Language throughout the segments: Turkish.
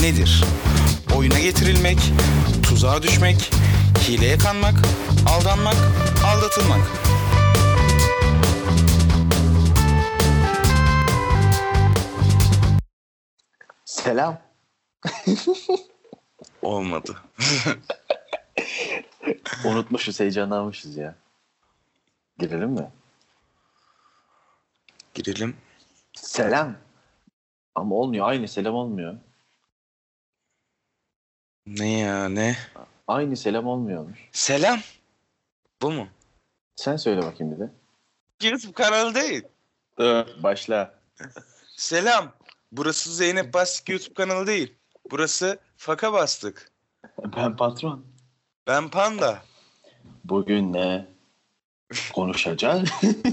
nedir? Oyuna getirilmek, tuzağa düşmek, hileye kanmak, aldanmak, aldatılmak. Selam. Olmadı. Unutmuşuz, heyecanlanmışız ya. Girelim mi? Girelim. Selam. Ama olmuyor. Aynı selam olmuyor. Ne ya ne? Aynı selam olmuyormuş. Selam. Bu mu? Sen söyle bakayım bir de. YouTube kanalı değil. Başla. Selam. Burası Zeynep Bastık YouTube kanalı değil. Burası Faka Bastık. Ben patron. Ben Panda. Bugün ne konuşacağız?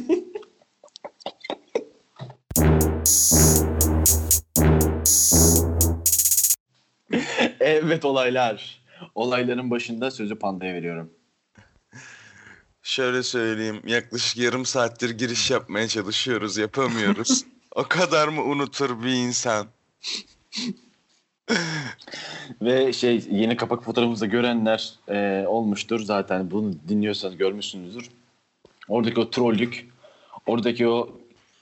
Evet, olaylar. Olayların başında sözü Panda'ya veriyorum. Şöyle söyleyeyim. Yaklaşık yarım saattir giriş yapmaya çalışıyoruz. Yapamıyoruz. O kadar mı unutur bir insan? Ve yeni kapak fotoğrafımızda görenler olmuştur. Zaten bunu dinliyorsanız görmüşsünüzdür. Oradaki o trollük, oradaki o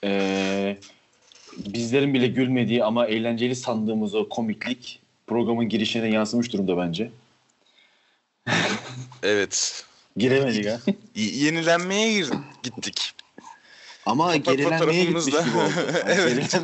bizlerin bile gülmediği ama eğlenceli sandığımız o komiklik programın girişine yansımış durumda bence. Evet. Giremedik ha. Yenilenmeye gittik. Ama gerilenmeye gitmiş gibi oldu. Evet.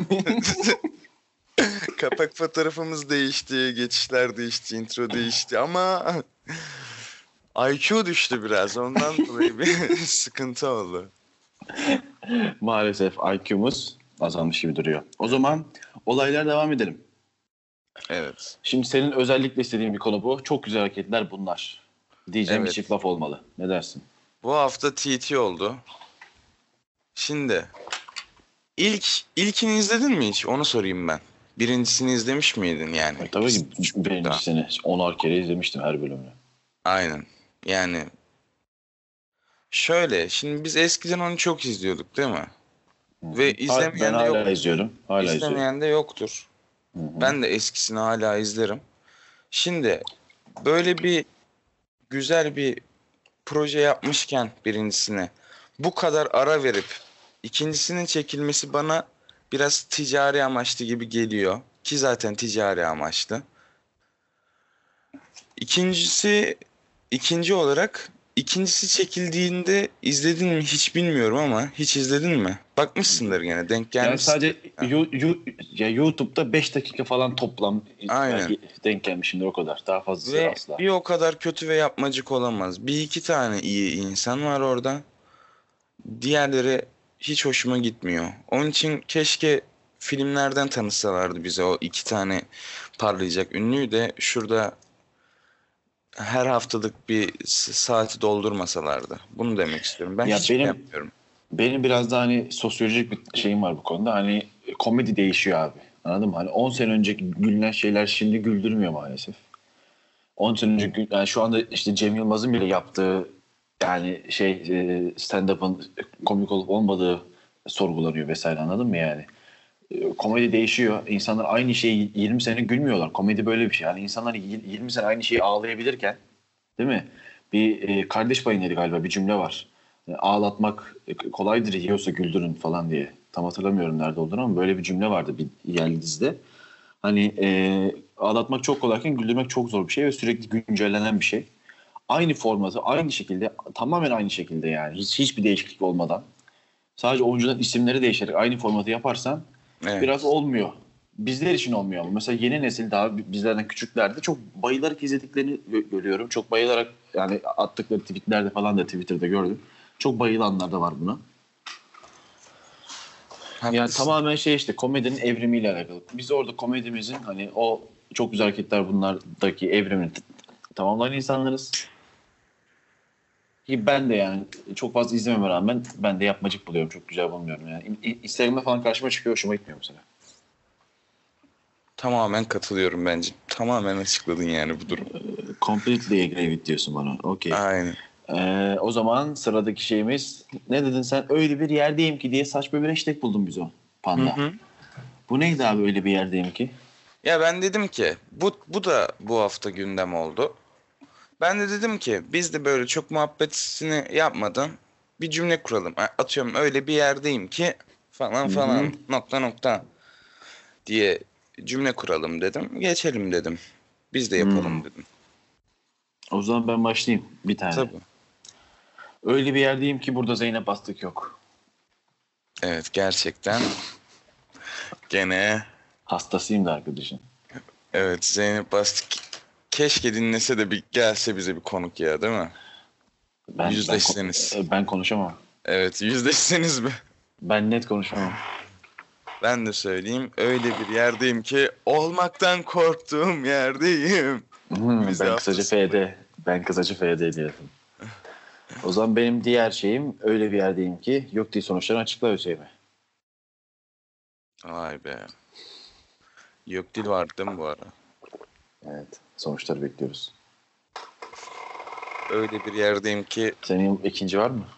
Kapak fotoğrafımız değişti, geçişler değişti, intro değişti ama IQ düştü biraz. Ondan dolayı bir sıkıntı oldu. Maalesef IQ'muz azalmış gibi duruyor. O zaman olaylar devam edelim. Evet. Şimdi senin özellikle istediğin bir konu bu. Çok güzel hareketler bunlar. Diyeceğim Evet. bir çift laf olmalı. Ne dersin? Bu hafta TT oldu. Şimdi ilkini izledin mi hiç? Onu sorayım ben. Birincisini izlemiş miydin yani? Tabii ki birincisini 10'ar kere izlemiştim her bölümünü. Aynen. Yani şöyle, şimdi biz eskiden onu çok izliyorduk değil mi? Ve izlemeyen ben de yok. hala izliyorum. Hala İzlemeyen de yoktur. Hı-hı. Ben de eskisini hala izlerim. Şimdi böyle bir güzel bir proje yapmışken birincisine bu kadar ara verip ikincisinin çekilmesi bana biraz ticari amaçlı gibi geliyor. Ki zaten ticari amaçlı. İkinci olarak ikincisi çekildiğinde izledin mi hiç bilmiyorum ama hiç izledin mi? Bakmışsındır gene, denk Yani gelmişsin. sadece YouTube'da 5 dakika falan toplam Aynen. denk gelmişimdir, o kadar. Daha fazlası Ve asla. bir o kadar kötü ve yapmacık olamaz. Bir iki tane iyi insan var orada. Diğerleri hiç hoşuma gitmiyor. Onun için keşke filmlerden tanıtsalardı bize o iki tane parlayacak ünlüyü de şurada her haftalık bir saati doldurmasalardı. Bunu demek istiyorum. Ben Ya hiç yapmıyorum. Benim biraz da hani sosyolojik bir şeyim var bu konuda. Hani komedi değişiyor abi. Anladın mı? Hani 10 sene önce gülünen şeyler şimdi güldürmüyor maalesef. 10 sene önce yani şu anda işte Cem Yılmaz'ın bile yaptığı yani stand-up'ın komik olup olmadığı sorgulanıyor vesaire, anladın mı yani? Komedi değişiyor. İnsanlar aynı şeyi 20 sene gülmüyorlar. Komedi böyle bir şey. Yani insanlar 20 sene aynı şeyi ağlayabilirken, değil mi? Bir Kardeş Payı'ndaydı galiba, bir cümle var. Ağlatmak kolaydır, yiyorsa güldürün falan diye. Tam hatırlamıyorum nerede olduğunu ama böyle bir cümle vardı bir yerli dizide. Hani ağlatmak çok kolayken güldürmek çok zor bir şey ve sürekli güncellenen bir şey. Aynı formatı, aynı şekilde, tamamen aynı şekilde yani. Hiçbir değişiklik olmadan. Sadece oyuncuların isimleri değişerek aynı formatı yaparsan biraz olmuyor. Bizler için olmuyor ama. Mesela yeni nesil daha bizlerden küçüklerde çok bayılarak izlediklerini görüyorum. Çok bayılarak yani attıkları tweetlerde falan da Twitter'da gördüm. Çok bayılanlar da var buna. Yani tamamen işte komedinin evrimiyle alakalı. Biz orada komedimizin hani o çok güzel hareketler bunlardaki evrimini tamamlayan insanlarız. Ki ben de yani çok fazla izlememe rağmen ben de yapmacık buluyorum. Çok güzel bulmuyorum yani. Instagram'da falan karşıma çıkıyor, hoşuma gitmiyor mesela. Tamamen katılıyorum bence. Tamamen açıkladın yani bu durum. Completely agree with diyorsun bana. Okey. Aynen. O zaman sıradaki şeyimiz, ne dedin sen? Öyle bir yerdeyim ki diye saçma bir hashtag buldum biz o Panda. Hı. Bu neydi abi, öyle bir yerdeyim ki? Ya ben dedim ki bu da bu hafta gündem oldu. Ben de dedim ki biz de böyle çok muhabbetini yapmadan bir cümle kuralım. Atıyorum öyle bir yerdeyim ki falan Hı hı. falan nokta nokta diye cümle kuralım dedim. Geçelim dedim. Biz de Hmm. yapalım dedim. O zaman ben başlayayım bir tane. Tabii. Öyle bir yerdeyim ki burada Zeynep Bastık yok. Evet gerçekten gene Hastasıyım da arkadaşım. evet Zeynep Bastık keşke dinlese de bir gelse bize bir konuk ya değil mi? Yüzleşseniz. Ben konuşamam. Evet yüzleşseniz mi? Ben net konuşamam. Ben de söyleyeyim öyle bir yerdeyim ki olmaktan korktuğum yerdeyim. Vize Ben kısaca haftasında. FD. Ben kısaca FD diyorum. O zaman benim diğer şeyim öyle bir yerdeyim ki yok değil sonuçlarını açıkla Hüseyin'e. Vay be. Yok dil vardı değil mi bu ara? Evet. Sonuçları bekliyoruz. Öyle bir yerdeyim ki Senin ikinci var mı?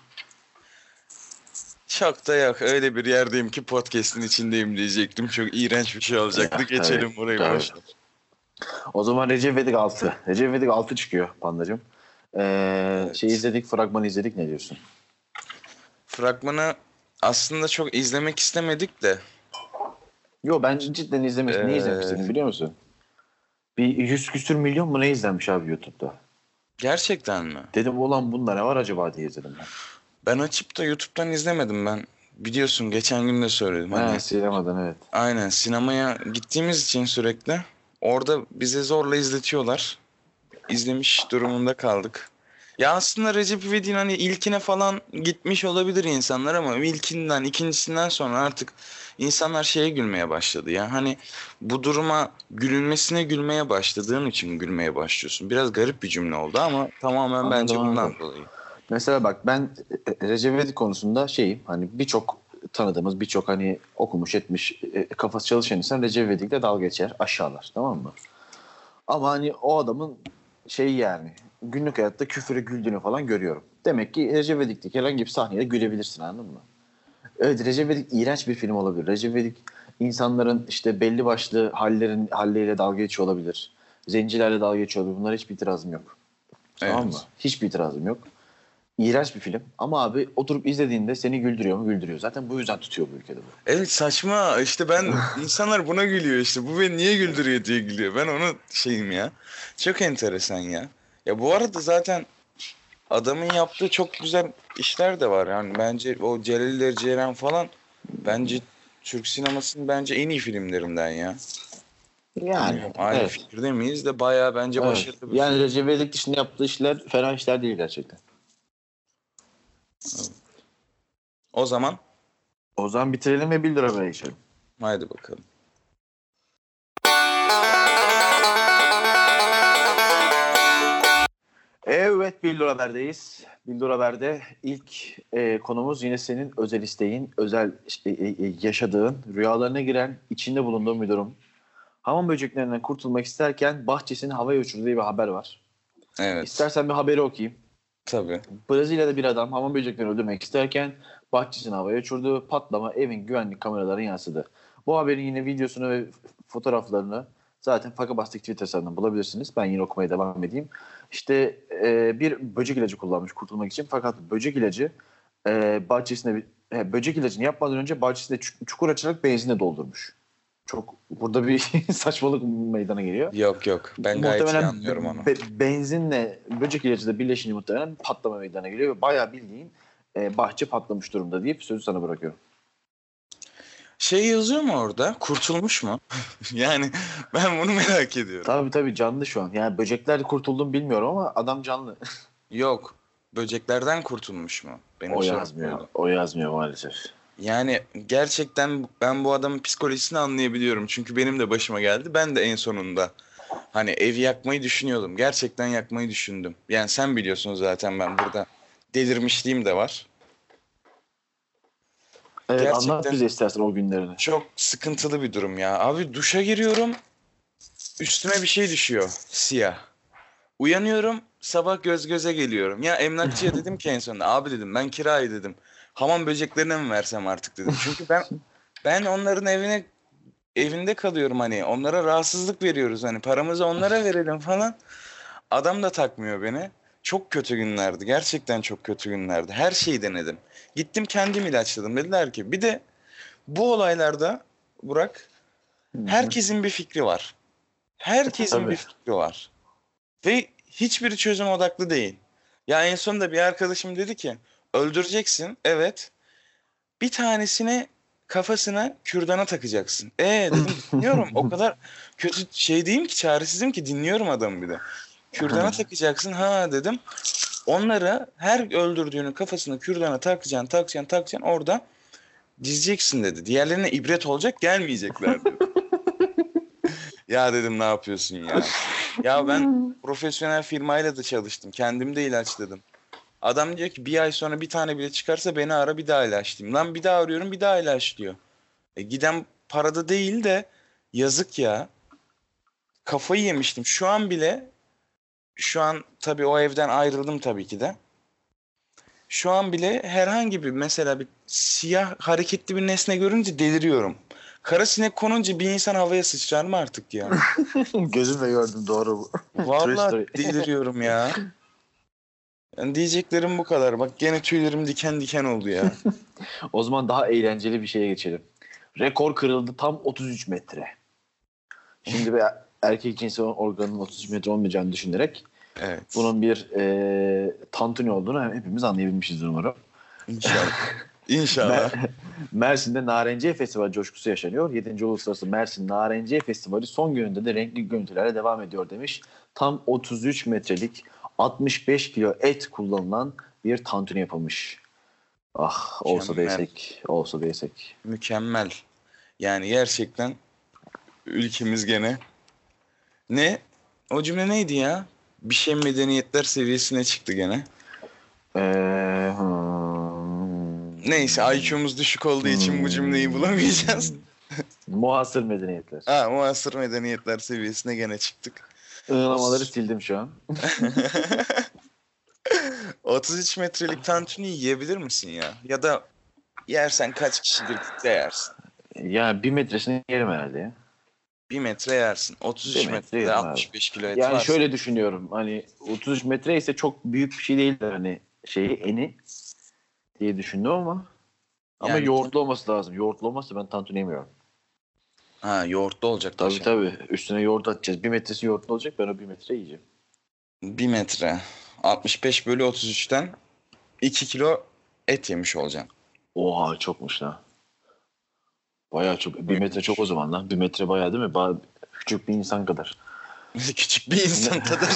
çok da yok. Öyle bir yerdeyim ki podcast'in içindeyim diyecektim. Çok iğrenç bir şey olacaktı. Ya, tabii, Geçelim burayı tabii. boş ver. O zaman Recep İvedik 6. Recep İvedik 6 çıkıyor Pandacığım. Şey Evet. izledik, fragmanı izledik. Ne diyorsun? Fragmanı aslında çok izlemek istemedik de. Yo ben cidden izlemesin. Ne izlemek Ee, istedim biliyor musun? Bir 100 küsür milyon mu ne izlenmiş abi YouTube'da? gerçekten mi? Dedim ulan bunda ne var acaba diye izledim ben. Ben açıp da YouTube'dan izlemedim ben. Biliyorsun geçen gün de söyledim He hani. sinemeden evet. Aynen sinemaya gittiğimiz için sürekli orada bize zorla izletiyorlar. İzlemiş durumunda kaldık. Ya aslında Recep İvedik'in hani ilkine falan gitmiş olabilir insanlar ama ilkinden ikincisinden sonra artık insanlar şeye gülmeye başladı ya. Hani bu duruma gülünmesine gülmeye başladığın için gülmeye başlıyorsun. Biraz garip bir cümle oldu ama tamamen Anladım bence anladım. bundan dolayı. Mesela bak ben Recep İvedik konusunda şeyim hani birçok tanıdığımız birçok hani okumuş etmiş kafası çalışan insan Recep İvedik'le dalga geçer aşağılar tamam mı? Ama hani o adamın şeyi yani günlük hayatta küfüre güldüğünü falan görüyorum. Demek ki Recep İvedik'teki herhangi bir sahneye gülebilirsin anladın mı? Evet Recep İvedik iğrenç bir film olabilir. Recep İvedik insanların işte belli başlı halleriyle dalga geçiyor olabilir. Zencilerle dalga geçiyor olabilir. Bunlara hiçbir itirazım yok. Tamam mı? Evet. Hiçbir itirazım yok. İğrenç bir film. Ama abi oturup izlediğinde seni güldürüyor mu? Güldürüyor. Zaten bu yüzden tutuyor bu ülkede bu. Evet saçma işte ben insanlar buna gülüyor işte bu beni niye güldürüyor diye gülüyor ben onu şeyim ya çok enteresan ya ya bu arada zaten adamın yaptığı çok güzel işler de var yani bence o Celal Ceyran falan bence Türk sinemasının bence en iyi filmlerinden ya Yani bilmiyorum aynı evet. fikirde miyiz de bayağı bence Evet. başarılı bir Yani film. Recep İvedik dışında yaptığı işler fena işler değil gerçekten. Evet. O zaman O zaman bitirelim ve 1 lira böyle geçelim. haydi bakalım. Evet 1 lira haberdeyiz. 1 lira haberde ilk konumuz yine senin özel isteğin, özel yaşadığın, rüyalarına giren, içinde bulunduğun bir durum. Hamam böceklerinden kurtulmak isterken bahçesini havaya uçurdu diye bir haber var. Evet İstersen bir haberi okuyayım. tabii Brezilya'da bir adam hamam böceklerini öldürmek isterken bahçesini havaya uçurdu. Patlama evin güvenlik kameralarına yansıdı. Bu haberin yine videosunu ve fotoğraflarını zaten Fakabastik Twitter hesabından bulabilirsiniz. Ben yine okumaya devam edeyim. İşte bir böcek ilacı kullanmış kurtulmak için. Fakat böcek ilacı bahçesine böcek ilacını yapmadan önce bahçesinde çukur açarak benzinle doldurmuş. Çok burada bir saçmalık meydana geliyor. yok yok ben gayet iyi Muhtemelen anlıyorum onu. benzinle böcek ilacı da birleşince muhtemelen bir patlama meydana geliyor ve bayağı bildiğin bahçe patlamış durumda deyip sözü sana bırakıyorum. Şey yazıyor mu orada? Kurtulmuş mu? Yani ben bunu merak ediyorum. Tabii tabii canlı şu an. Yani böcekler kurtuldu mu bilmiyorum ama adam canlı. Yok. Böceklerden kurtulmuş mu? Benim O sorum yazmıyor. buydu. O yazmıyor maalesef. Yani gerçekten ben bu adamın psikolojisini anlayabiliyorum. Çünkü benim de başıma geldi. Ben de en sonunda hani evi yakmayı düşünüyordum. Gerçekten yakmayı düşündüm. Yani sen biliyorsun zaten ben burada delirmişliğim de var. Evet anlat Gerçekten bize istersen o günlerini. çok sıkıntılı bir durum ya. Abi duşa giriyorum. Üstüme bir şey düşüyor. Siyah. Uyanıyorum sabah göz göze geliyorum. Ya emlakçıya dedim ki en sonunda abi dedim ben kirayı dedim. Hamam böceklerine mi versem artık dedim. Çünkü ben onların evine evinde kalıyorum hani. Onlara rahatsızlık veriyoruz hani. Paramızı onlara verelim falan. Adam da takmıyor beni. Çok kötü günlerdi. Gerçekten çok kötü günlerdi. Her şeyi denedim. Gittim kendim ilaçladım. Dediler ki bir de bu olaylarda Burak, Hı hı. herkesin bir fikri var. Herkesin bir Tabii. fikri var. Ve hiçbiri çözüm odaklı değil. Ya en sonunda bir arkadaşım dedi ki öldüreceksin. Evet. Bir tanesine kafasına kürdana takacaksın. Dedim dinliyorum. O kadar kötü şey diyeyim ki, çaresizim ki dinliyorum adamı bir de. Kürdana takacaksın. Ha dedim. Onları her öldürdüğünün kafasına kürdana takacaksın orada dizeceksin dedi. Diğerlerine ibret olacak, gelmeyecekler dedi. Ya dedim ne yapıyorsun ya? Ya ben profesyonel firmayla da çalıştım. Kendim de ilaçladım. Adam diyor ki bir ay sonra bir tane bile çıkarsa beni ara, bir daha ilaçlayayım. Lan bir daha arıyorum, bir daha ilaçlıyor. Giden parada değil de yazık ya. Kafayı yemiştim. Şu an tabii o evden ayrıldım tabii ki de. Şu an bile herhangi bir, mesela bir siyah hareketli bir nesne görünce deliriyorum. Kara sinek konunca bir insan havaya sıçrar mı artık ya? Gözümle gördüm, doğru bu. True Vallahi story. deliriyorum ya. Yani diyeceklerim bu kadar. Bak gene tüylerim diken diken oldu ya. O zaman daha eğlenceli bir şeye geçelim. Rekor kırıldı, tam 33 metre. Şimdi bir erkek cinsi organının 33 metre olmayacağını düşünerek Evet. bunun bir tantuni olduğunu hepimiz anlayabilmişizdir umarım. İnşallah. İnşallah. Mer- Mersin'de Narenciye Festivali coşkusu yaşanıyor. 7. Uluslararası Mersin Narenciye Festivali son gününde de renkli görüntülerle devam ediyor demiş. Tam 33 metrelik 65 kilo et kullanılan bir tantuni yapılmış. Ah, olsa da Mükemmel. yesek, olsa da yesek. Mükemmel. Yani gerçekten ülkemiz gene. Ne? O cümle neydi ya? Bir şey medeniyetler seviyesine çıktı gene. Neyse IQ'muz düşük olduğu için bu cümleyi bulamayacağız. Muhasır medeniyetler. Ha, muasır medeniyetler seviyesine gene çıktık. Iğlamaları Os- sildim şu an. 33 metrelik tantuni yiyebilir misin ya? Ya da yersen kaç kişidir de yersin? Ya bir metresini yerim herhalde ya. 1 metre yersin. Bir 33 metre metrede yerim abi. 65 kilo et Yani varsa. şöyle düşünüyorum. Hani 33 metre ise çok büyük bir şey değildir hani eni diye düşündüm ama Yani yoğurtlu olması lazım. Yoğurtlu olmazsa ben tantuni yemiyorum. ha, yoğurtlu olacak Tabii paşa. tabii. Üstüne yoğurt atacağız. Bir metresi yoğurtlu olacak. Ben o bir metre yiyeceğim. 1 metre. 65 bölü 33'ten 2 kilo et yemiş olacaksın. Oha, çokmuş lan. Bayağı çok. Bir metre çok o Buymuş. zaman lan. Bir metre bayağı değil mi? Küçük bir insan kadar. Küçük bir insan kadar.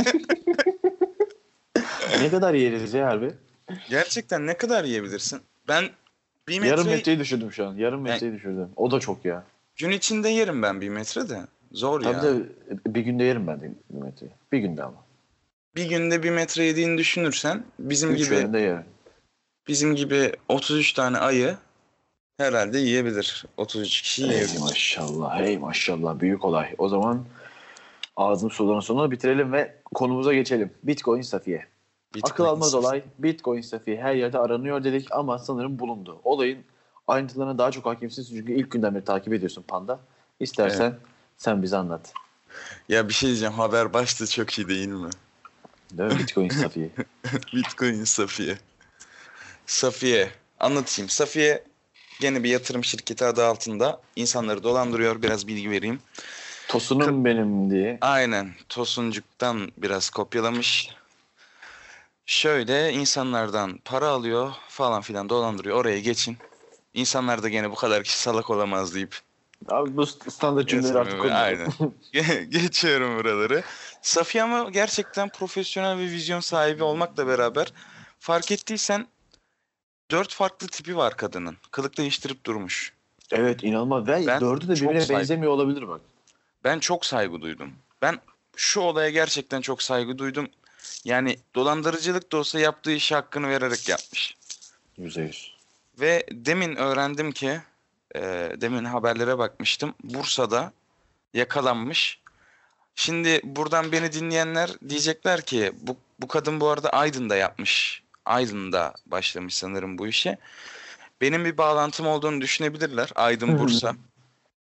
Ne kadar yeriz ya harbi? Gerçekten ne kadar yiyebilirsin? Ben bir Yarım metre metreyi düşürdüm şu an. Yarım yani metreyi düşürdüm. O da çok ya. gün içinde yerim ben 1 metre de. Zor Tabii ya. tabii. Bir günde yerim ben de bir metreyi. Bir günde ama. Bir günde 1 metre yediğini düşünürsen Üç öğünde yerim. bizim gibi 33 tane ayı herhalde yiyebilir. 33 kişi Hey yiyebilir. maşallah. Hey maşallah. Büyük olay. O zaman ağzım suların sonuna bitirelim ve konumuza geçelim. Bitcoin Safiye. Akıl Bitcoin almaz sıfır. olay. Bitcoin Safiye her yerde aranıyor dedik ama sanırım bulundu. Olayın ayrıntılarına daha çok hakimsin çünkü ilk günden beri takip ediyorsun Panda. Evet. İstersen sen bize anlat. Ya bir şey diyeceğim. Haber başta çok iyi değil mi? Değil mi? Bitcoin Safiye. Bitcoin Safiye. Safiye. Anlatayım. Safiye gene bir yatırım şirketi adı altında insanları dolandırıyor. Biraz bilgi vereyim. Tosunum benim diye. Aynen. Tosuncuk'tan biraz kopyalamış. Şöyle insanlardan para alıyor falan filan, dolandırıyor. Oraya geçin. İnsanlar da gene bu kadar kişi salak olamaz deyip Abi bu standart cümleleri artık yatırımı konuşalım. aynen. Geçiyorum buraları. Safiye ama gerçekten profesyonel ve vizyon sahibi olmakla beraber fark ettiysen 4 farklı tipi var kadının. Kılık değiştirip durmuş. Evet, inanılmaz. Ve Ben dördü de çok birbirine saygı benzemiyor olabilir bak. Ben çok saygı duydum. Ben şu olaya gerçekten çok saygı duydum. Yani dolandırıcılık da olsa yaptığı işi hakkını vererek yapmış. %100. Ve demin öğrendim ki, demin haberlere bakmıştım. Bursa'da yakalanmış. Şimdi buradan beni dinleyenler diyecekler ki bu kadın bu arada Aydın'da yapmış. Aydın'da başlamış sanırım bu işe. Benim bir bağlantım olduğunu düşünebilirler. Aydın Bursa.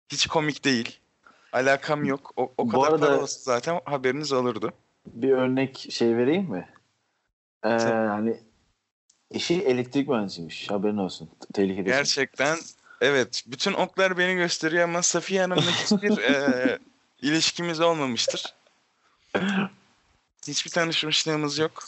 Hiç komik değil. Alakam yok. O Bu kadar para arada olsa zaten haberiniz olurdu. bir örnek şey vereyim mi? Tabii. Hani eşi elektrik mühendisiymiş. Haberin olsun. Tehlikedesin. Gerçekten evet. Bütün oklar beni gösteriyor ama Safiye Hanım'la hiçbir ilişkimiz olmamıştır. Hiçbir tanışmışlığımız yok.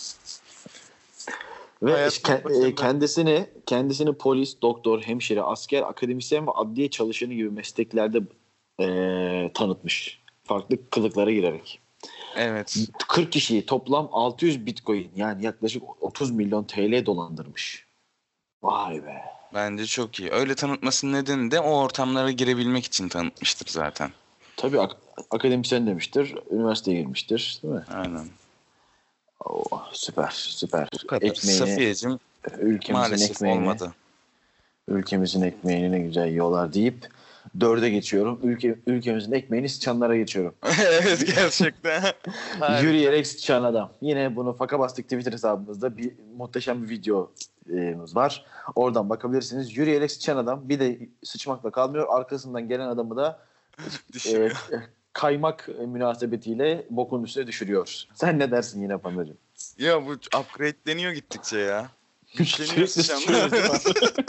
Ve Hayatımın başında. kendisini polis, doktor, hemşire, asker, akademisyen ve adliye çalışanı gibi mesleklerde tanıtmış. Farklı kılıklara girerek. Evet. 40 kişiyi toplam 600 Bitcoin yani yaklaşık 30 milyon TL dolandırmış. Vay be. Bence çok iyi. Öyle tanıtmasının nedeni de o ortamlara girebilmek için tanıtmıştır zaten. Tabii akademisyen demiştir. Üniversiteye girmiştir. Değil mi? Aynen. Oh, süper süper. Bu kadar. Ekmeğini, Safiyeciğim ülkemizin maalesef ekmeğini, olmadı. ülkemizin ekmeğini ne güzel yiyorlar deyip dörde geçiyorum. Ülkemizin ekmeğini sıçanlara geçiyorum. Evet gerçekten. Harika. Yürüyerek sıçan adam. Yine bunu Faka Bastık Twitter hesabımızda bir muhteşem bir videomuz var. Oradan bakabilirsiniz. Yürüyerek sıçan adam. Bir de sıçmakla kalmıyor. Arkasından gelen adamı da e, Düşürüyor. kaymak münasebetiyle bokun üstüne düşürüyor. Sen ne dersin yine Pandacığım? Ya bu upgradeleniyor gittikçe ya. Güçleniyor Sürekli sıçıyoruz değil mi?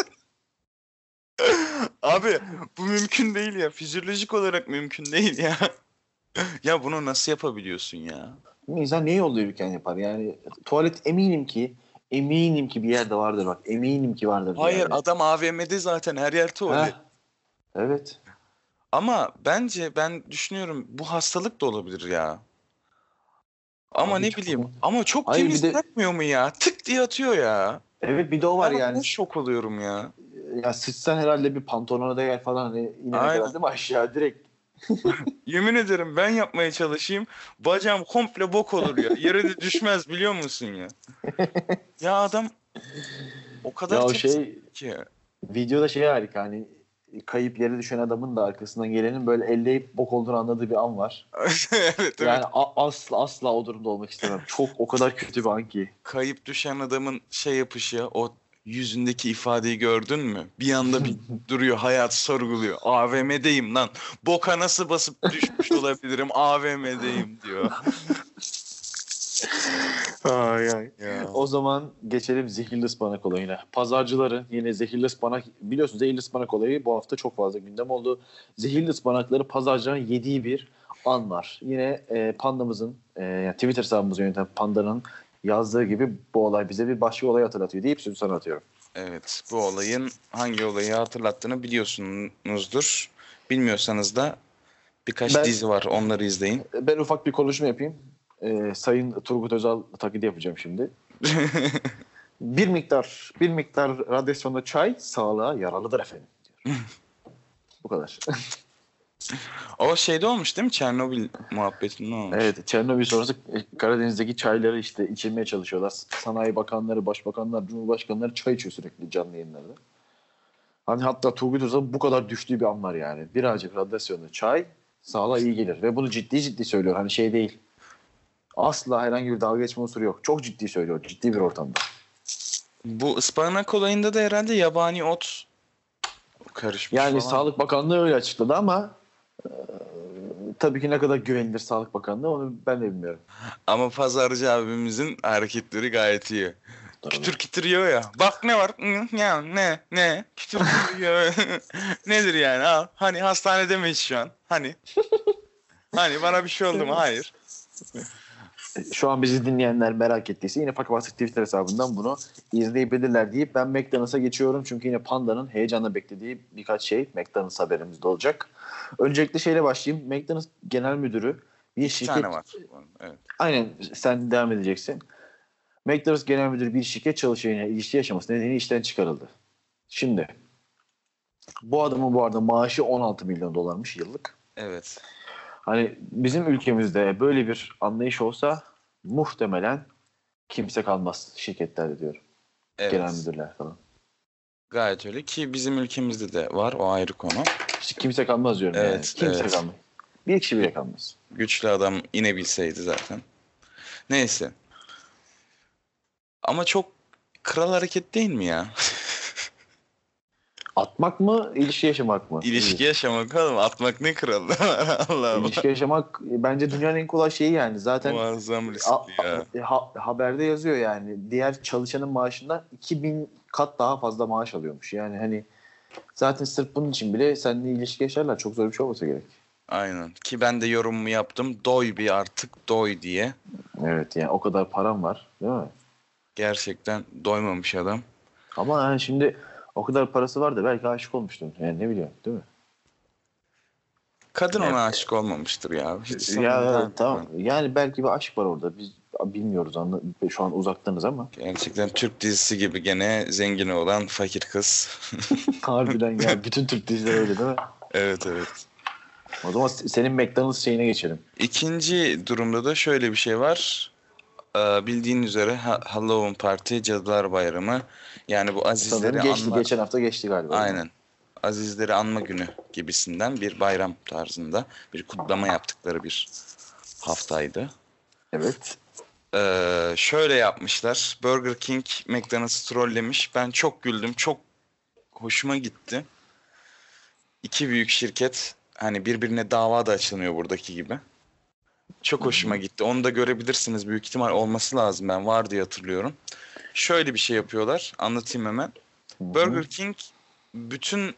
Abi bu mümkün değil ya. Fizyolojik olarak mümkün değil ya. Ya bunu nasıl yapabiliyorsun ya? İnsan neyi yolda yürürken yapar? Yani tuvalet eminim ki bir yerde vardır bak. Eminim ki vardır Hayır yani. adam AVM'de zaten her yer tuvalet. Heh, evet. Ama bence ben düşünüyorum bu hastalık da olabilir ya. Ama Abi ne çok... bileyim ama çok Hayır bir temiz de bırakmıyor mu ya? Tık diye atıyor ya. evet bir de o var Ben yani. ona şok oluyorum ya. Ya sıçsan herhalde bir pantolona değer falan hani inene kadar Aynen. değil mi aşağı direkt. Yemin ederim ben yapmaya çalışayım. Bacağım komple bok olur ya. Yere de düşmez biliyor musun ya? Ya adam o kadar Ya o temiz şey ki. videoda şey harika hani kayıp yere düşen adamın da arkasından gelenin böyle elleyip bok olduğunu anladığı bir an var. Evet evet. Yani asla o durumda olmak istemem. Çok o kadar kötü bir an ki. Kayıp düşen adamın şey yapışı, o yüzündeki ifadeyi gördün mü? Bir anda bir duruyor, hayat sorguluyor. AVM'deyim lan. Boka nasıl basıp düşmüş olabilirim? AVM'deyim diyor. Ay ay. Ya. O zaman geçelim zehirli ıspanak olayına. Pazarcıların yine zehirli ıspanak biliyorsunuz zehirli ıspanak olayı bu hafta çok fazla gündem oldu. Zehirli ıspanakları pazarcıların yediği bir an var. Yine Panda'mızın yani Twitter hesabımızı yöneten Panda'nın yazdığı gibi bu olay bize bir başka olay hatırlatıyor deyip sözü sana atıyorum. Evet, bu olayın hangi olayı hatırlattığını biliyorsunuzdur. Bilmiyorsanız da birkaç Ben dizi var, onları izleyin. ben ufak bir konuşma yapayım. Sayın Turgut Özal taklidi yapacağım şimdi. Bir miktar radyasyonda çay sağlığa yararlıdır efendim diyor. Bu kadar. O şeyde olmuş değil mi? Çernobil muhabbetinde olmuş. Evet, Çernobil sonrası Karadeniz'deki çayları işte içirmeye çalışıyorlar. Sanayi bakanları, başbakanlar, cumhurbaşkanları çay içiyor sürekli canlı yayınlarda. Hani hatta Turgut Özal'ın bu kadar düştüğü bir an var yani. Birazcık radyasyonlu çay sağlığa iyi gelir. Ve bunu ciddi ciddi söylüyor. Hani şey değil. Asla herhangi bir dalga geçme unsuru yok. Çok ciddi söylüyor. Ciddi bir ortamda. Bu ıspanak olayında da herhalde yabani ot karışmış Yani falan. Sağlık Bakanlığı öyle açıkladı ama tabii ki ne kadar güvenilir Sağlık Bakanlığı onu ben de bilmiyorum. Ama pazarcı abimizin hareketleri gayet iyi. Tabii. Kütür kütür yiyor ya. Bak ne var? Ya ne? Kütür kütür yiyor. Nedir yani? Al. Hani hastanede miyiz şu an? Hani bana bir şey oldu mu? Hayır. Şu an bizi dinleyenler merak ettiyse yine Fakabastık Twitter hesabından bunu izleyebilirler deyip ben McDonald's'a geçiyorum. Çünkü yine Panda'nın heyecanla beklediği birkaç şey McDonald's haberimizde olacak. Öncelikle şeyle başlayayım. McDonald's Genel Müdürü bir İki tane şirket... var. Evet. Aynen sen devam edeceksin. McDonald's Genel Müdürü bir şirket çalışanıyla ilişki yaşaması nedeniyle işten çıkarıldı. Şimdi bu adamın bu arada maaşı 16 milyon dolarmış yıllık. Evet. Hani bizim ülkemizde böyle bir anlayış olsa muhtemelen kimse kalmaz şirketlerde diyorum. Genel Evet. müdürler falan. Gayet öyle ki bizim ülkemizde de var. O ayrı konu. İşte kimse kalmaz diyorum yani. Evet. Kimse Evet. kalmaz. Bir kişi bile kalmaz. Güçlü adam inebilseydi zaten. Neyse. Ama çok kral hareket değil mi ya? Atmak mı, ilişki yaşamak mı? İlişki yaşamak oğlum. Atmak ne kralı Allah Allah. İlişki yaşamak bence dünyanın en kolay şeyi yani. Zaten Muazzam riskli ya. haberde yazıyor yani. Diğer çalışanın maaşından 2000 kat daha fazla maaş alıyormuş. Yani hani zaten sırf bunun için bile seninle ilişki yaşarlar. Çok zor bir şey olmasa gerek. Aynen. Ki ben de yorumumu yaptım. Doy bir artık doy diye. Evet yani o kadar param var değil mi? Gerçekten doymamış adam. Ama yani şimdi o kadar parası var da belki aşık olmuştur. Yani ne biliyorum değil mi? Kadın Yani, ona aşık olmamıştır ya. Hiç sanırım ya ben. tamam. Yani belki bir aşk var orada. Biz bilmiyoruz. Şu an uzaktanız ama. Gerçekten Türk dizisi gibi gene zengin olan fakir kız. Harbiden ya. Bütün Türk dizileri öyle değil mi? Evet evet. O zaman senin McDonald's şeyine geçelim. İkinci durumda da şöyle bir şey var. Bildiğin üzere Halloween Party, Cadılar Bayramı. Yani bu Sanırım azizleri geçti. anma... Geçen hafta geçti galiba. Değil mi? Aynen. Azizleri anma günü gibisinden bir bayram tarzında bir kutlama yaptıkları bir haftaydı. Evet. Şöyle yapmışlar. Burger King McDonald's'ı trollemiş. Ben çok güldüm. Çok hoşuma gitti. İki büyük şirket hani birbirine dava da açılmıyor buradaki gibi. Çok hoşuma gitti. Onu da görebilirsiniz. Büyük ihtimal olması lazım. Ben var diye hatırlıyorum. Şöyle bir şey yapıyorlar. Anlatayım hemen. Hı-hı. Burger King bütün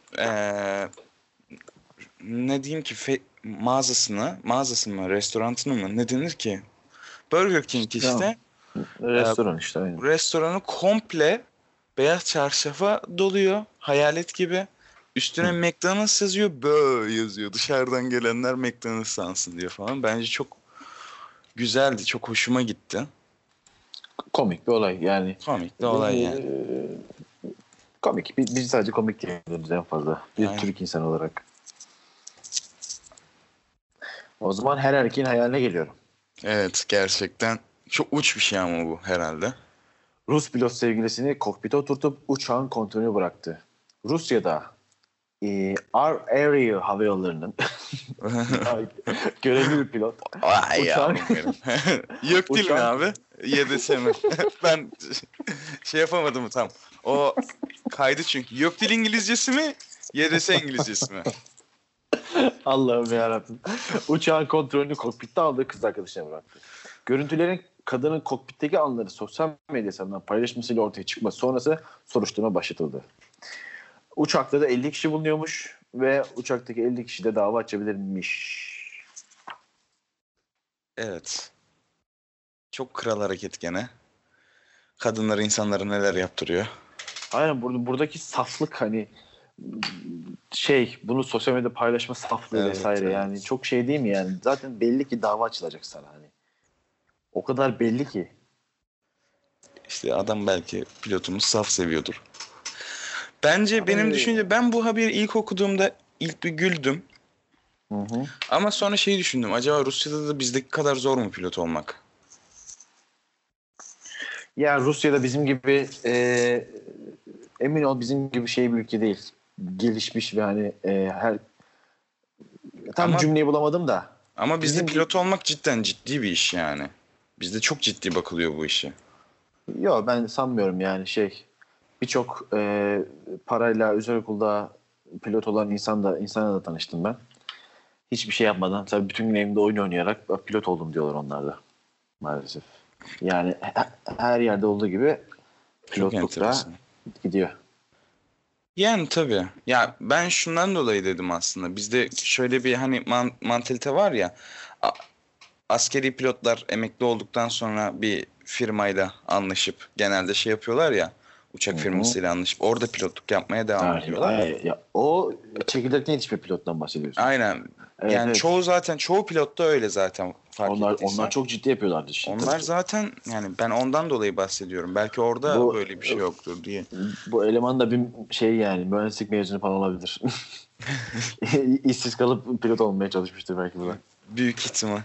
ne diyeyim ki mağazasını mı, restoranını mı ne denir ki? Burger King Tamam. işte Restoran işte. Aynen. restoranı komple beyaz çarşafa doluyor. Hayalet gibi. Üstüne Hı. McDonald's yazıyor. Bö yazıyor. Dışarıdan gelenler McDonald's sansın diyor falan. Bence çok güzeldi. Çok hoşuma gitti. Komik bir olay yani. Komik de olay yani. Komik. Biz sadece komik diyebiliriz en fazla. Bir Aynen. Türk insan olarak. O zaman her erkeğin hayaline geliyorum. Evet gerçekten çok uç bir şey ama bu herhalde. Rus pilot sevgilisini kokpite oturtup uçağın kontrolünü bıraktı. Rusya'da Air Havayolları'nın görevli bir pilot Vay uçağın yavrum benim. Yok değil mi uçağın abi? YDS mi? Ben şey yapamadım tam. O kaydı çünkü. Yok dil İngilizcesi mi? YDS İngilizcesi mi? Allah'ım yarabbim. Uçağın kontrolünü kokpitte aldığı kız arkadaşına bıraktı. Görüntülerin kadının kokpitteki anları sosyal medya hesabından paylaşmasıyla ortaya çıkması sonrası soruşturma başlatıldı. Uçakta da 50 kişi bulunuyormuş ve uçaktaki 50 kişi de dava açabilirmiş. Evet. Çok kral hareket gene. Kadınlar insanlara neler yaptırıyor. Aynen buradaki saflık hani bunu sosyal medyada paylaşma saflığı Evet, vesaire evet. yani çok şey değil mi yani? Zaten belli ki dava açılacak sana hani. O kadar belli ki. İşte adam belki pilotumuz saf seviyordur. Bence benim Abi, düşünce ben bu haberi ilk okuduğumda ilk bir güldüm. hı hı. Ama sonra şeyi düşündüm. Acaba Rusya'da da bizdeki kadar zor mu pilot olmak? Ya Rusya'da bizim gibi emin ol bizim gibi şey bir ülke değil. Gelişmiş ve hani tam Ama cümleyi bulamadım da bizde bizim pilot olmak cidden ciddi bir iş yani. Bizde çok ciddi bakılıyor bu işe. yok ben sanmıyorum yani birçok parayla özel okulda pilot olan insana da tanıştım ben. Hiçbir şey yapmadan tabii bütün gün evimde oyun oynayarak pilot oldum diyorlar onlar da maalesef. Yani her yerde olduğu gibi Çok pilotluk da enteresan. gidiyor. Yani tabii. Ya ben şundan dolayı dedim aslında. Bizde şöyle bir hani mantalite var ya. a- Askeri pilotlar emekli olduktan sonra bir firmayla anlaşıp genelde şey yapıyorlar ya. Hı Uçak hı. firmasıyla anlaşıp orada pilotluk yapmaya devam ediyorlar. Ya, o çekirdekten yetişme pilottan bahsediyorsun. Aynen. Evet Yani evet. çoğu pilot da öyle zaten fark Onlar ettiysen. çok ciddi yapıyorlardı işi Onlar tabii ki. zaten yani ben ondan dolayı bahsediyorum. Belki orada Bu böyle bir şey yoktur diye. bu eleman da bir yani mühendislik mezunu falan olabilir. İşsiz kalıp pilot olmaya çalışmıştır belki bu da. Büyük ihtimal.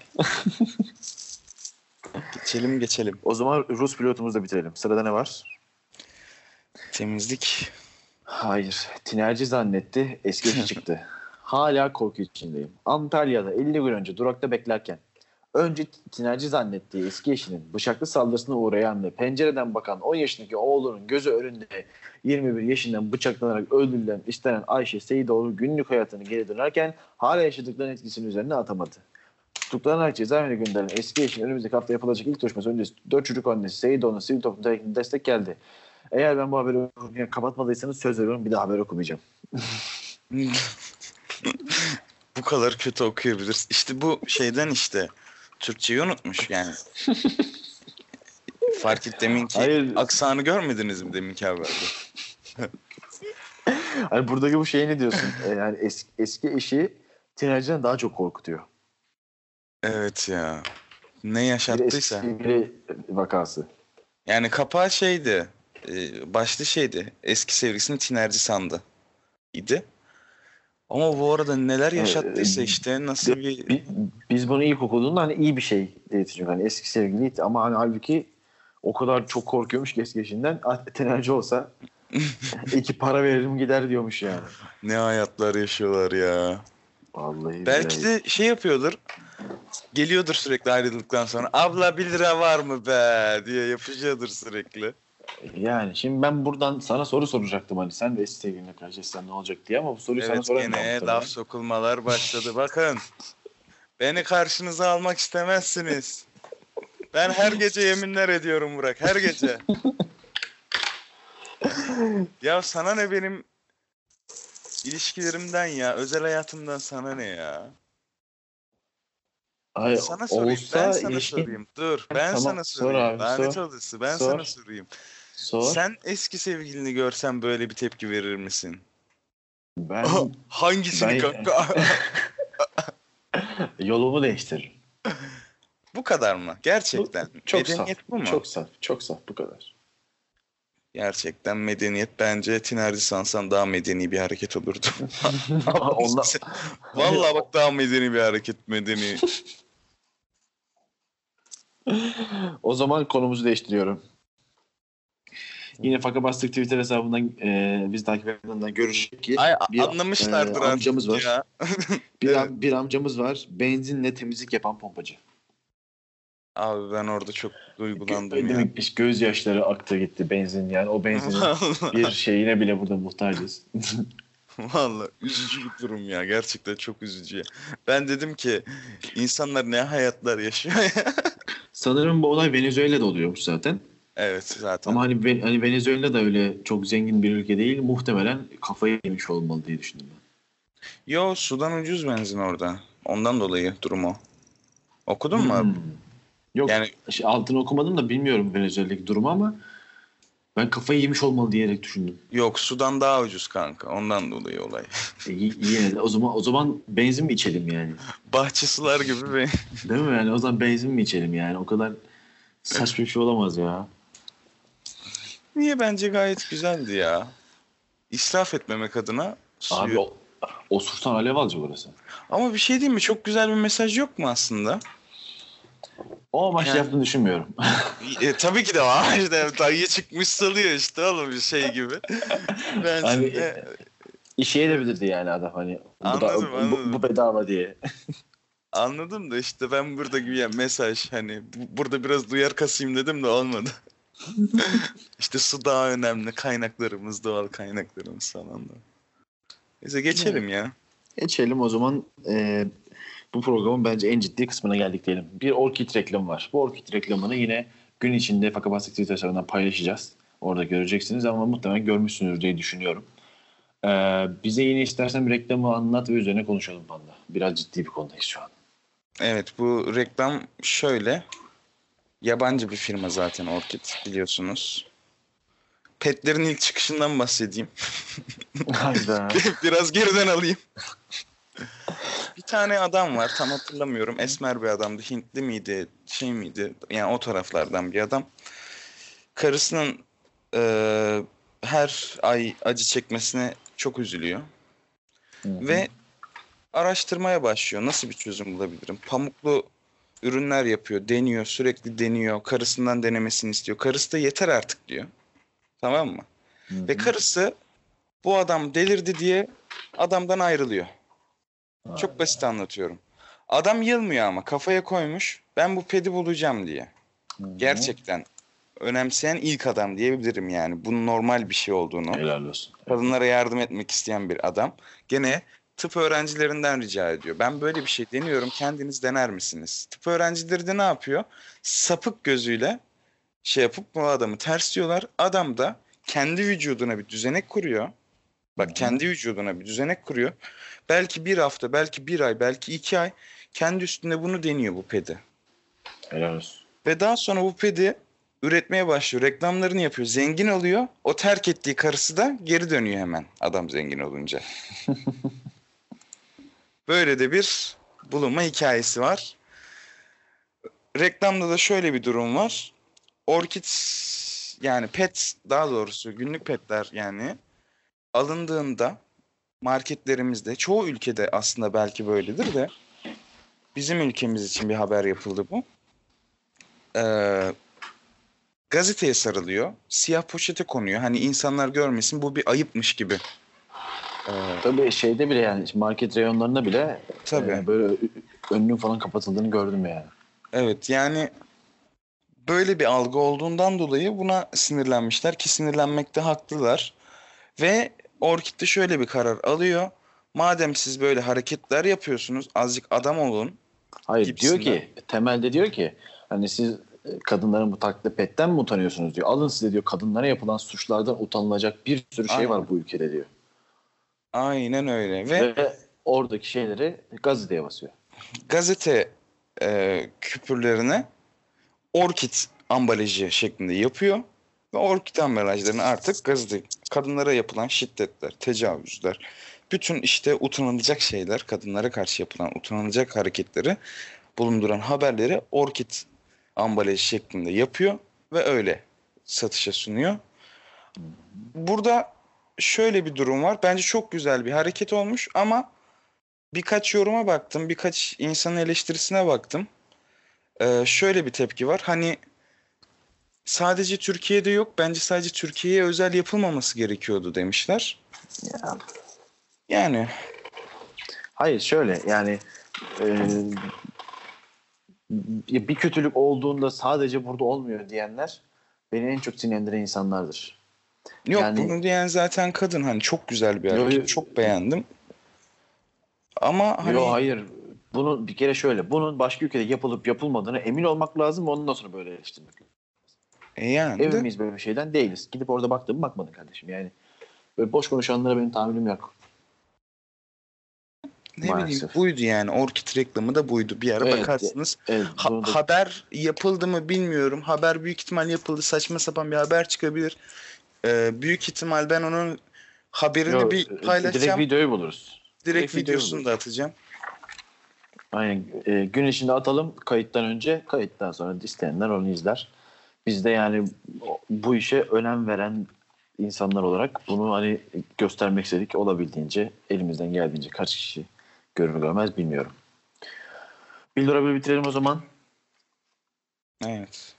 Geçelim. O zaman Rus pilotumuzu da bitirelim. Sırada ne var? Temizlik. Hayır. Tinerci zannetti. Eski eşi çıktı. Hala korku içindeyim. Antalya'da 50 gün önce durakta beklerken Önce tinerci zannettiği eski eşinin bıçaklı saldırısına uğrayan ve pencereden bakan 10 yaşındaki oğlunun gözü önünde 21 yaşından bıçaklanarak öldürülen istenen Ayşe Seyidoğlu günlük hayatını geri dönerken hala yaşadıklarının etkisinin üzerine atamadı. Tutuklanarak cezaevine gönderilen eski eşinin önümüzdeki hafta yapılacak ilk duruşması öncesi 4 çocuk annesi Seyidoğlu'na sivil toplum hareketine destek geldi. Eğer ben bu haberi okurken kapatmadıysanız söz veriyorum bir daha haber okumayacağım. Bu kadar kötü okuyabiliriz. İşte bu şeyden işte Türkçeyi unutmuş yani. Fark et deminki Hayır. aksanı görmediniz mi deminki haberde? Hani buradaki bu şey ne diyorsun? Yani eski eşi tinerciden daha çok korkutuyor. Evet ya. Ne Biri yaşattıysa. eski biri vakası. Yani kapağı şeydi. Başlı şeydi. Eski sevgilisini tinerci sandı. İdi. Ama bu arada neler yaşattıysa işte nasıl bir... Biz bunu ilk okuduğunda hani iyi bir şey diye düşünüyoruz. Hani eski sevgiliydi ama hani halbuki o kadar çok korkuyormuş ki eski eşinden. Tinerci olsa iki para veririm gider diyormuş yani. Ne hayatlar yaşıyorlar ya. Vallahi Belki billahi. de şey yapıyordur. Geliyordur sürekli ayrıldıktan sonra. Abla 1 lira var mı be diye yapışıyordur sürekli. Yani şimdi ben buradan sana soru soracaktım hani sen de eski sevgilinle karşılaşsan ne olacak diye ama bu soruyu sana Evet soramıyorum gene muhtemelen. laf sokulmalar başladı. Bakın beni karşınıza almak istemezsiniz. Ben her gece yeminler ediyorum Burak. Her gece. Ya sana ne benim ilişkilerimden ya. Özel hayatımdan sana ne ya? Ay, Sana sorayım. Ben olsa sana ilişkin sorayım. Dur. Ben tamam sana sor sorayım. abi Lanet sor. olası. Ben sana Sor. sorayım. Sor. Sen eski sevgilini görsen böyle bir tepki verir misin? Ben Hangisini ben kanka? yolumu değiştiririm. Bu kadar mı? Bu Gerçekten. çok saf. Medeniyet bu mu? Çok saf. Çok saf bu kadar. Gerçekten medeniyet bence tinerci sansan daha medeni bir hareket olurdu. Ondan Vallahi bak daha medeni bir hareket medeni. o zaman konumuzu değiştiriyorum. Yine Faka Bastık Twitter hesabından biz takip edenlerden görecek ki Ay bir anlamışlardır amcamız artık var. ya. Evet. Bir amcamız var. Benzinle temizlik yapan pompacı. Abi ben orada çok duygulandım ya. Demek ki gözyaşları aktı gitti benzin yani o benzinin bir Vallahi, şeyine bile burada muhtacız. vallahi üzücü bir durum ya. Gerçekten çok üzücü. Ben dedim ki insanlar ne hayatlar yaşıyor ya. Sanırım bu olay Venezuela'da oluyormuş zaten. Evet Ama zaten. hani Venezuela da öyle çok zengin bir ülke değil. Muhtemelen kafayı yemiş olmalı diye düşündüm ben. Yo sudan ucuz benzin orada. Ondan dolayı durum o. Okudun mu abi? Hmm. Yok Yani altını okumadım da bilmiyorum Venezuela'daki durumu ama ben kafayı yemiş olmalı diyerek düşündüm. yok sudan daha ucuz kanka. Ondan dolayı olay. Yine de o zaman benzin mi içelim yani? Bahçesular gibi bir... Değil mi yani o zaman benzin mi içelim yani? O kadar saçma bir şey olamaz ya. Niye bence gayet güzeldi ya. İsraf etmemek adına Abi suyu. osursan alev alacak orası. Ama bir şey diyeyim mi? Çok güzel bir mesaj yok mu aslında? O amaçla Yani yaptığını düşünmüyorum. tabii ki de var. İşte dayı çıkmış salıyor işte oğlum bir şey gibi. Hani Benzinle işe edebilirdi yani adam hani anladım bu anladım. bedava diye. Anladım da işte ben burada güya mesaj hani burada biraz duyar kasayım dedim de olmadı. İşte su daha önemli kaynaklarımız doğal kaynaklarımız falan da. Neyse Evet. geçelim ya. Geçelim o zaman bu programın bence en ciddi kısmına geldik diyelim. Bir Orkid reklamı var. Bu Orkid reklamını yine gün içinde Fakabastik Twitter hesabından paylaşacağız. Orada göreceksiniz ama muhtemelen görmüşsünüz diye düşünüyorum. Bize yine istersen bir reklamı anlat ve üzerine konuşalım Panda. Biraz ciddi bir konudayız şu an. Evet bu reklam şöyle. Yabancı bir firma zaten Orchid biliyorsunuz. Petlerin ilk çıkışından bahsedeyim. Hayda. Biraz geriden alayım. Bir tane adam var tam hatırlamıyorum. Esmer bir adamdı. Hintli miydi? Şey miydi? Yani o taraflardan bir adam. Karısının her ay acı çekmesine çok üzülüyor. Hı hı. Ve araştırmaya başlıyor. Nasıl bir çözüm bulabilirim? Pamuklu ürünler yapıyor. Deniyor. Sürekli deniyor. Karısından denemesini istiyor. Karısı da yeter artık diyor. Tamam mı? Hı Ve hı. karısı bu adam delirdi diye adamdan ayrılıyor. Çok Hayda. basit anlatıyorum. Adam yılmıyor ama kafaya koymuş. Ben bu pedi bulacağım diye. Hı hı. Gerçekten önemseyen ilk adam diyebilirim yani. Bunun normal bir şey olduğunu. Helal olsun. Evet. Kadınlara yardım etmek isteyen bir adam. Gene tıp öğrencilerinden rica ediyor. Ben böyle bir şey deniyorum. Kendiniz dener misiniz? Tıp öğrencileri de ne yapıyor? Sapık gözüyle şey yapıp bu adamı tersliyorlar. Adam da kendi vücuduna bir düzenek kuruyor. Hı hı. Bak kendi vücuduna bir düzenek kuruyor. Belki bir hafta, belki bir ay, belki 2 ay kendi üstünde bunu deniyor bu pedi. Helal olsun. Ve daha sonra bu pedi üretmeye başlıyor. Reklamlarını yapıyor. Zengin oluyor. O terk ettiği karısı da geri dönüyor hemen adam zengin olunca. Böyle de bir bulunma hikayesi var. Reklamda da şöyle bir durum var. Orkid yani pet daha doğrusu günlük petler yani alındığında marketlerimizde çoğu ülkede aslında belki böyledir de bizim ülkemiz için bir haber yapıldı bu. Ee, gazeteye sarılıyor. Siyah poşete konuyor. Hani insanlar görmesin bu bir ayıpmış gibi. Tabii şeyde bile yani market reyonlarında bile Tabii. böyle önünün falan kapatıldığını gördüm yani. Evet yani böyle bir algı olduğundan dolayı buna sinirlenmişler ki sinirlenmekte haklılar. Ve Orkid de şöyle bir karar alıyor. Madem siz böyle hareketler yapıyorsunuz azıcık adam olun Hayır diyor gibisinden. ki temelde diyor ki hani siz kadınların bu taklit petten mi utanıyorsunuz diyor. Alın size diyor kadınlara yapılan suçlardan utanılacak bir sürü şey Aynen. var bu ülkede diyor. Aynen öyle ve Ve oradaki şeyleri gazeteye basıyor. gazete küpürlerine Orkid ambalajı şeklinde yapıyor. Ve Orkid ambalajlarını artık gazete kadınlara yapılan şiddetler, tecavüzler, bütün işte utanılacak şeyler, kadınlara karşı yapılan utanılacak hareketleri bulunduran haberleri Orkid ambalajı şeklinde yapıyor ve öyle satışa sunuyor. Burada şöyle bir durum var. Bence çok güzel bir hareket olmuş ama birkaç yoruma baktım, birkaç insanın eleştirisine baktım. Şöyle bir tepki var. Hani sadece Türkiye'de yok. Bence sadece Türkiye'ye özel yapılmaması gerekiyordu demişler. Ya, Yani hayır şöyle yani bir kötülük olduğunda sadece burada olmuyor diyenler beni en çok sinirlendiren insanlardır. yok Yani bunu diyen zaten kadın. Hani çok güzel bir yo, hareket. Çok beğendim. Ama yo hani hayır bunu bir kere şöyle bunun başka ülkede yapılıp yapılmadığına emin olmak lazım ondan sonra böyle eleştirmek lazım. yani de Evimiz böyle bir şeyden değiliz. Gidip orada baktın mı bakmadın kardeşim yani. Böyle boş konuşanlara benim tahammülüm yok. ne bileyim Maalesef. buydu yani. Orkid reklamı da buydu. Bir ara Evet, bakarsınız. evet bunu da Haber yapıldı mı bilmiyorum. Haber büyük ihtimal yapıldı. Saçma sapan bir haber çıkabilir. Büyük ihtimal ben onun haberini yo, bir direkt paylaşacağım. videoyu buluruz. Direkt Videoyu videosunu da buluruz. atacağım. Aynen. Gün içinde atalım kayıttan önce. Kayıttan sonra isteyenler onu izler. Biz de yani bu işe önem veren insanlar olarak bunu hani göstermek istedik. Olabildiğince elimizden geldiğince kaç kişi görür görmez bilmiyorum. Bildir abi bitirelim o zaman. Evet.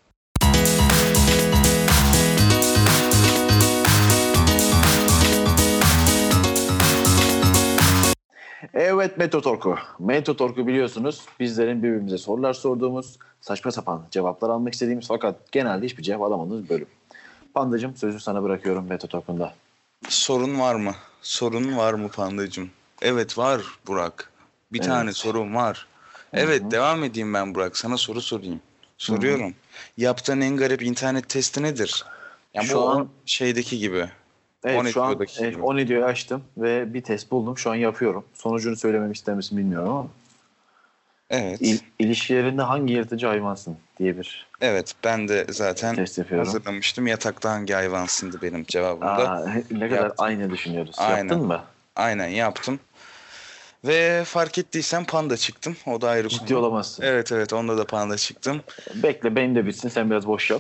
Evet Metro Talk'u. Metro Talk'u biliyorsunuz bizlerin birbirimize sorular sorduğumuz, saçma sapan cevaplar almak istediğimiz fakat genelde hiçbir cevap alamadığımız bölüm. Pandacığım sözü sana bırakıyorum Metro Talk'unda. Sorun var mı? Sorun var mı pandacığım? Evet var Burak. Bir tane Evet. sorun var. Hı Evet hı. devam edeyim ben Burak. Sana soru sorayım. Hı hı. Soruyorum. Yaptığın en garip internet testi nedir? Yani Şu bu o an şeydeki gibi. evet O ne şu an diyordaki gibi. 10 videoyu açtım ve bir test buldum. Şu an yapıyorum. Sonucunu söylememi ister misin bilmiyorum ama Evet. ilişkilerinde hangi yırtıcı hayvansın diye bir Evet ben de zaten test yapıyorum. hazırlamıştım. Yatakta hangi hayvansındı benim cevabımda. Aa, ne kadar Yaptım. aynı düşünüyoruz. Aynen. Yaptın mı? Aynen yaptım. Ve fark ettiysen panda çıktım. O da ayrı Ciddi konu. olamazsın. Evet evet onda da panda çıktım. Bekle benim de bitsin sen biraz boş yap.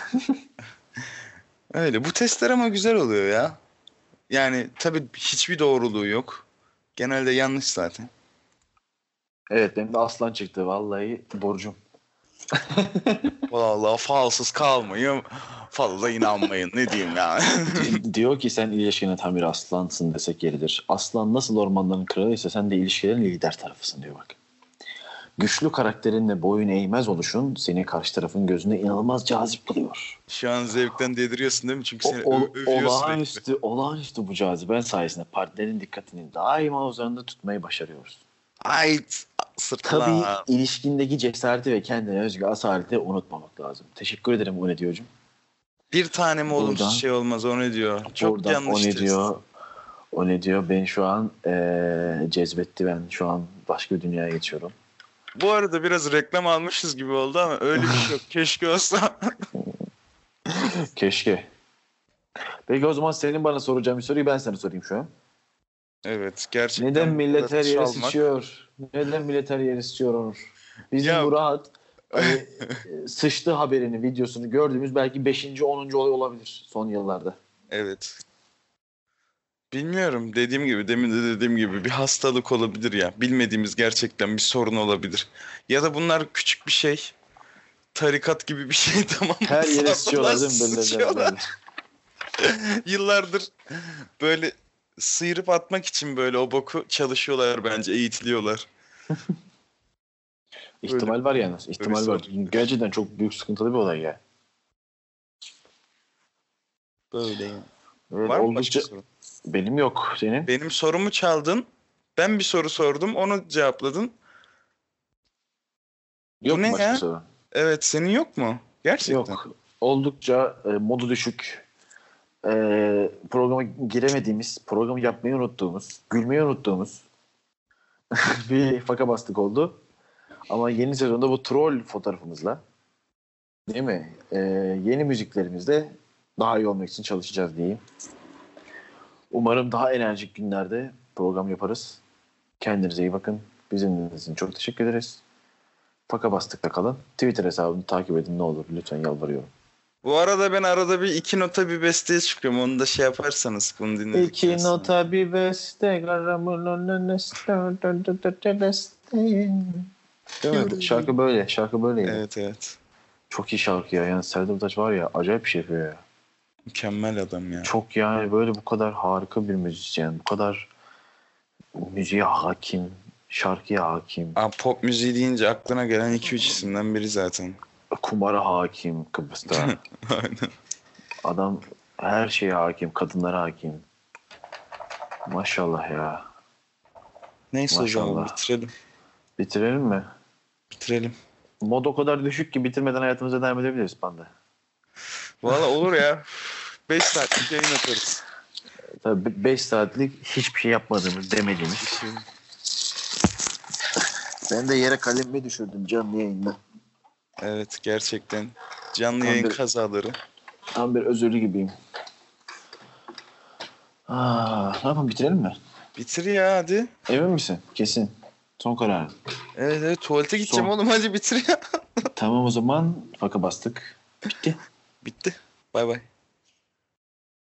Öyle. Bu testler ama güzel oluyor ya. Yani tabii hiçbir doğruluğu yok. Genelde yanlış zaten. Evet benim de aslan çıktı. Vallahi borcum. Vallahi falsız kalmayın. Fazla inanmayın. Ne diyeyim ya. Diyor ki sen ilişkinin tam bir aslansın desek yeridir. Aslan nasıl ormanların kralıysa sen de ilişkilerin lider tarafısın diyor bak. Güçlü karakterinle boyun eğmez oluşun seni karşı tarafın gözünde inanılmaz cazip kılıyor. Şu an zevkten deliriyorsun değil mi? Çünkü seni övüyor sürekli. Olağanüstü bu caziben sayesinde partnerin dikkatini daima üzerinde tutmayı başarıyoruz. Ay Tabii sırtlan. ilişkindeki cesareti ve kendine özgü asaleti unutmamak lazım. Teşekkür ederim o ne diyorcum. Bir tane mi olumsuz Buradan- şey olmaz o ne diyor. Çok Buradan yanlış o ne test. diyor. O ne diyor? Beni şu an cezbetti. Ben şu an başka bir dünyaya geçiyorum. Bu arada biraz reklam almışız gibi oldu ama öyle bir şey yok. Keşke olsa. Keşke. Peki o zaman senin bana soracağın bir soruyu ben sana sorayım şu an. Evet gerçekten. Neden bu millet kadar her yere çalmak- sıçıyor? Neden millet her yere sıçıyor Onur? Bizim Ya- bu rahat hani, sıçtı haberini, videosunu gördüğümüz belki 5. 10. olay olabilir son yıllarda. Evet. Bilmiyorum. Dediğim gibi, demin de dediğim gibi bir hastalık olabilir ya. Bilmediğimiz gerçekten bir sorun olabilir. Ya da bunlar küçük bir şey. Tarikat gibi bir şey tamam mı? Her yere Sallalar, sıçıyorlar değil mi? Böyle, sıçıyorlar. Yıllardır böyle sıyırıp atmak için böyle o boku çalışıyorlar bence. Eğitiliyorlar. İhtimal var yalnız. İhtimal var. sorun. Gerçekten çok büyük sıkıntılı bir olay ya. Böyle yani. Evet, Var mı oldukça... başka sorun? Benim yok. Senin? Benim sorumu çaldın. Ben bir soru sordum. Onu cevapladın. Yok ne mu başka ya? soru? Evet, senin yok mu? Gerçekten. Yok. Oldukça modu düşük. Programa giremediğimiz, programı yapmayı unuttuğumuz, gülmeyi unuttuğumuz bir faka bastık oldu. Ama yeni sezonda bu troll fotoğrafımızla değil mi? Yeni müziklerimizle daha iyi olmak için çalışacağız diyeyim. Umarım daha enerjik günlerde program yaparız. Kendinize iyi bakın. Bizim için çok teşekkür ederiz. Faka bastıkta kalın. Twitter hesabını takip edin ne olur. Lütfen yalvarıyorum. Bu arada ben arada bir 2 nota bir besteye çıkıyorum. Onu da şey yaparsanız bunu dinledikten İki sonra. nota bir beste garamın önüne değil mi? Şarkı böyle. Şarkı böyleydi. Evet evet. Çok iyi şarkı ya. Yani Serdar Ortaç var ya acayip bir şey yapıyor ya. Mükemmel adam ya. Çok yani böyle bu kadar harika bir müzisyen. Bu kadar müziğe hakim. Şarkıya hakim. Aa, pop müziği deyince aklına gelen 2-3 isimden biri zaten. Kumara hakim Kıbrıs'ta. Aynen. Adam her şeye hakim. Kadınlara hakim. Maşallah ya. Neyse o zaman Maşallah. bitirelim. Bitirelim mi? Bitirelim. Mod o kadar düşük ki bitirmeden hayatımıza devam edebiliriz Panda. Valla olur ya. 5 saatlik yayın atarız. Tabii 5 saatlik hiçbir şey yapmadığımız, demediğimiz. Ben de yere kalemimi düşürdüm canlı yayında. Evet gerçekten. Canlı Tam yayın bir- kazaları. Tam bir özürlü gibiyim. Ne yapalım bitirelim mi? Bitir ya hadi. Emin misin? Kesin. Son karar. Evet evet tuvalete gideceğim Son. oğlum hadi bitir ya. Tamam o zaman faka bastık. Bitti. Bitti. Bay bay.